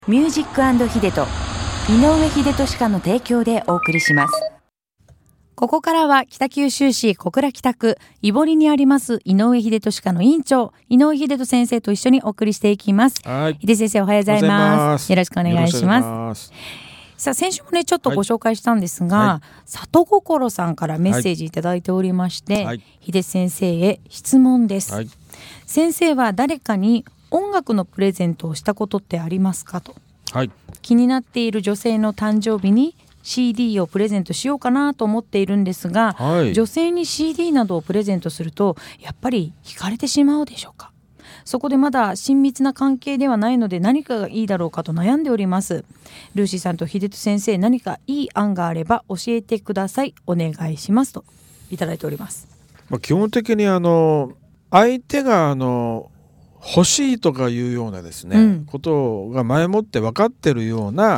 ミュージック&ヒデと井上秀俊家の提供でお送りします。ここからは北九州市小倉北区井堀にあります井上秀俊家の院長井上秀俊先生と一緒にお送りしていきます。 はい、 秀先生おはようございます。よろしくお願いします。さあ先週もねちょっとご紹介したんですが、里心さんからメッセージいただいておりまして、秀先生へ質問です。先生は誰かに音楽のプレゼントをしたことってありますかと、気になっている女性の誕生日に CD をプレゼントしようかなと思っているんですが、女性に CD などをプレゼントするとやっぱり惹かれてしまうでしょうか。そこでまだ親密な関係ではないので何かがいいだろうかと悩んでおります。ルーシーさんと秀人先生、何かいい案があれば教えてください、お願いしますといただいております。 基本的に相手が欲しいとかいうようなですね、ことが前もって分かってるような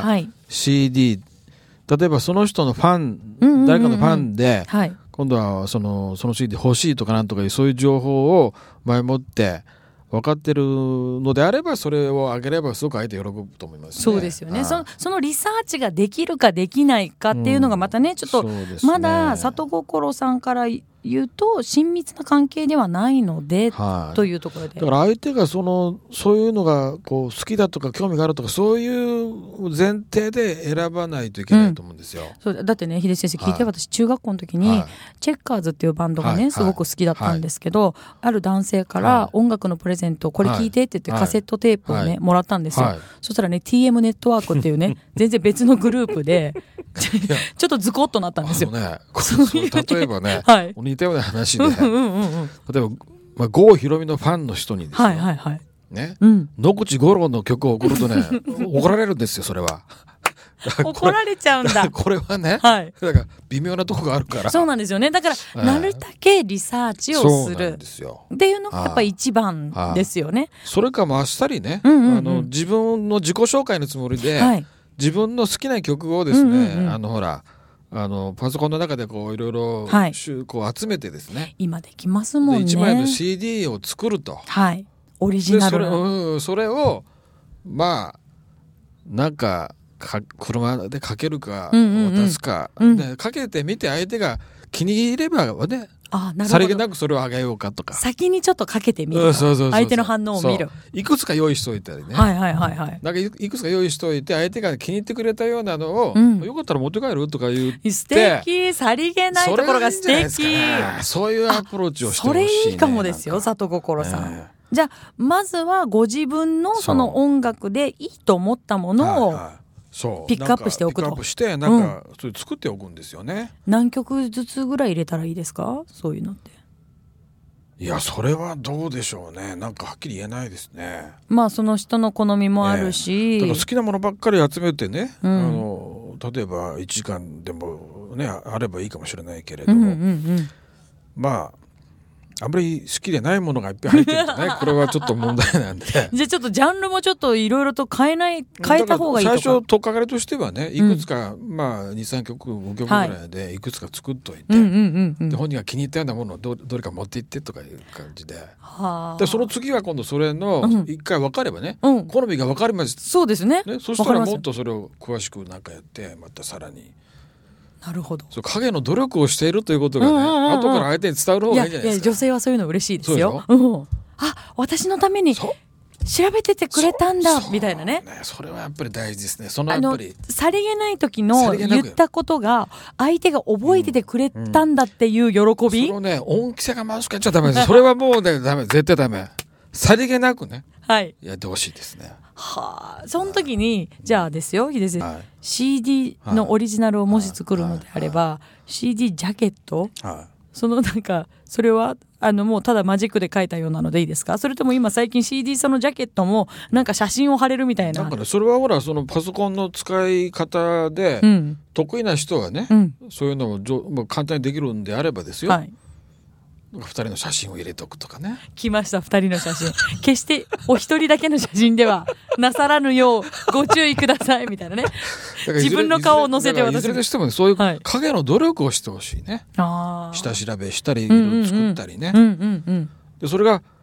CD、例えばその人のファン、誰かのファンで、今度はその CD 欲しいとかなんとかいうそういう情報を前もって分かってるのであればそれをあげればすごく相手喜ぶと思いますね。 そうですよね。そのリサーチができるかできないかっていうのがまたね、ちょっとまだ里心さんから言うと親密な関係ではないので、というところで、 だから相手がそういうのがこう好きだとか興味があるとかそういう前提で選ばないといけないと思うんですよ。 そうだってね、秀先生聞いて、私中学校の時に、チェッカーズっていうバンドがね、すごく好きだったんですけど、ある男性から音楽のプレゼント、これ聞いてって言ってカセットテープをね、もらったんですよ。そしたらね TM ネットワークっていうね全然別のグループでちょっとズコッとなったんですよ。 例えばね、似たような話で、例えば郷ひろみのファンの人にですね、野口五郎の曲を送るとね怒られるんですよ。それは怒られちゃうんだ。 これはね、だから微妙なとこがあるから。 そうなんですよね。だからなるだけリサーチをするっていうのがやっぱり一番ですよね。 それかもあっさりね、自分の自己紹介のつもりで、自分の好きな曲をですね、ほらパソコンの中でこういろいろこう集めてですね、 今できますもんね。 1枚の CD を作ると、 オリジナルそれをまあなんか車でかけるか渡すか、かけてみて相手が気に入ればね、さりげなくそれをあげようかとか、 先にちょっとかけてみる、相手の反応を見る、 いくつか用意しといたりね、なんかいくつか用意しといて相手が気に入ってくれたようなのを、よかったら持って帰るとか言って、 素敵、さりげないところが素敵、 そういうアプローチをしてほしいね。 それいいかもですよ、里心さん。じゃあまずはご自分のその音楽でいいと思ったものをピックアップしておくと。 ピックアップしてなんかそれ作っておくんですよね。 何曲ずつぐらい入れたらいいですか、そういうのって。 いや、それはどうでしょうね。なんかはっきり言えないですね。 まあその人の好みもあるし、 だから好きなものばっかり集めてね、例えば1時間でもねあればいいかもしれないけれども、まああんまり好きでないものがいっぱい入ってるとねこれはちょっと問題なんでじゃあちょっとジャンルもちょっといろいろと変えた方がいいとか。 最初とっかかりとしてはね、いくつか、2、3曲5曲ぐらいでいくつか作っといて、で本人が気に入ったようなものをどれか持っていってとかいう感じで、でその次は今度それの一回分かればね、好みが分かります。 そうですね。 そしたらもっとそれを詳しくなんかやってまたさらに。 なるほど。 影の努力をしているということがね、後から相手に伝わる方がいいんじゃないですか。 女性はそういうの嬉しいですよ。私のために調べててくれたんだみたいなね。 それはやっぱり大事ですね。やっぱりさりげない時の言ったことが相手が覚えててくれたんだっていう喜び、 そのね恩着せがましくやっちゃダメです。それはもうねダメ、絶対ダメ。さりげなくね、やってほしいですね。 その時にじゃあですよ、秀先生、CD のオリジナルをもし作るのであれば、CD ジャケット、なんかそれはもうただマジックで書いたようなのでいいですか、それとも今最近 CD そのジャケットもなんか写真を貼れるみたいな。 なんかね、それはほらそのパソコンの使い方で、得意な人はね、そういうのも簡単にできるんであればですよ、2人の写真を入れとくとかね。 来ました、2人の写真決してお一人だけの写真ではなさらぬようご注意くださいみたいなね自分の顔を載せていずれにしても、そういう影の努力をしてほしいね。下調べしたりいろいろ作ったりね、でそれが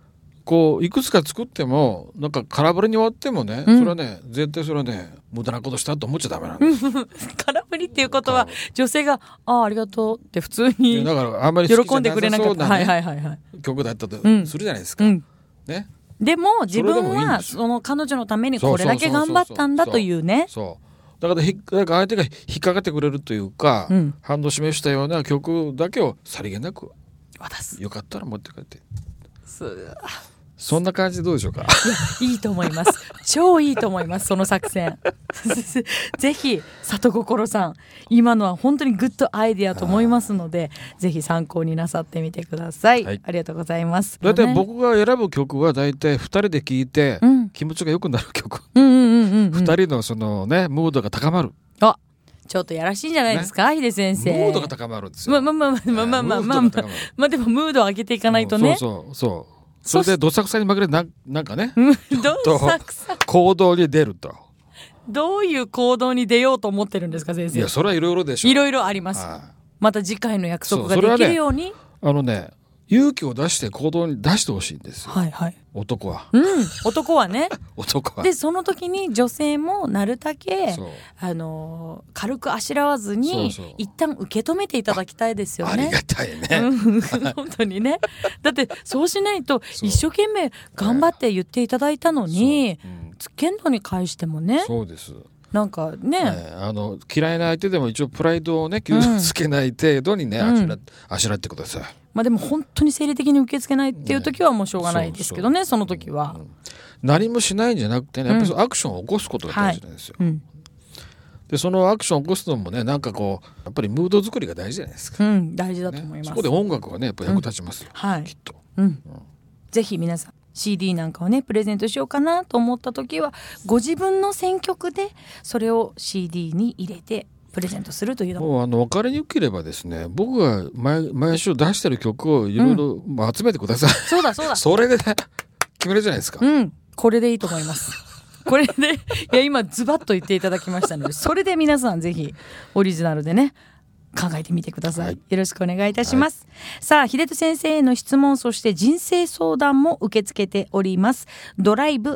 こういくつか作ってもなんか空振りに終わってもね、それはね絶対それはね無駄なことしたと思っちゃダメなんです空振りっていうことは女性がありがとうって普通にだからあんまり好きじゃなさそうな曲だったとするじゃないですか、ね、 でも自分はその彼女のためにこれだけ頑張ったんだというね。 だから相手が引っかかってくれるというか、反応を示したような曲だけをさりげなく渡す。よかったら持って帰って。そんな感じでどうでしょうか。 いいと思います。超いいと思います。その作戦。ぜひ里心さん、今のは本当にグッドアイディアと思いますので、ぜひ参考になさってみてください。ありがとうございます。 だいたい僕が選ぶ曲はだいたい2人で聴いて気持ちが良くなる曲。2人のそのねムードが高まる。 ちょっとやらしいんじゃないですか、秀先生。 ムードが高まるんですよ。 まあでもムードを上げていかないとね。 それでどさくさにまぐれなんかねどさくさ行動に出ると。 どういう行動に出ようと思ってるんですか先生。 いやそれはいろいろでしょ。 いろいろあります。また次回の約束ができるように。 勇気を出して行動に出してほしいんですよ、男は。 男はね男はでその時に女性もなるだけ軽くあしらわずに一旦受け止めていただきたいですよね。 ありがたいね、 本当にね。だってそうしないと一生懸命頑張って言っていただいたのに剣道に返してもね。 そうですなんかね、 嫌いな相手でも一応プライドをね傷つけない程度にね、あしらってください。 まあでも本当に生理的に受け付けないっていう時はもうしょうがないですけどね、その時は、 何もしないんじゃなくてね、やっぱりアクションを起こすことが大事なんですよ、でそのアクションを起こすのもねなんかこうやっぱりムード作りが大事じゃないですか、 大事だと思います、 そこで音楽はねやっぱ役立ちますよ、きっと、 ぜひ皆さんCD なんかをねプレゼントしようかなと思った時はご自分の選曲でそれを CD に入れてプレゼントするというのも分かりにくければですね僕が毎週出してる曲をいろいろ集めてください、 そうだそれで、ね、決めるじゃないですか、 これでいいと思いますこれで今ズバッと言っていただきましたのでそれで皆さんぜひオリジナルでね考えてみてください、よろしくお願いいたします、さあ秀人先生への質問そして人生相談も受け付けております。ドライブ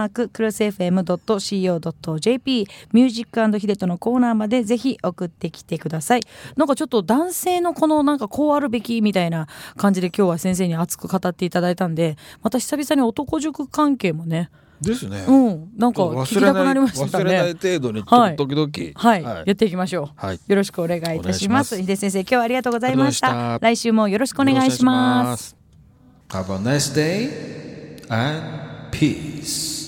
@crossfm.co.jp ミュージック&秀人のコーナーまでぜひ送ってきてください。なんかちょっと男性のこのなんかこうあるべきみたいな感じで今日は先生に熱く語っていただいたんでまた久々に男塾関係もねですね、 なんか聞きたくなりましたね。 忘れない程度に時々、 やっていきましょう、よろしくお願いいたします。秀先生今日はありがとうございました。来週もよろしくお願いします。 Have a nice day and peace.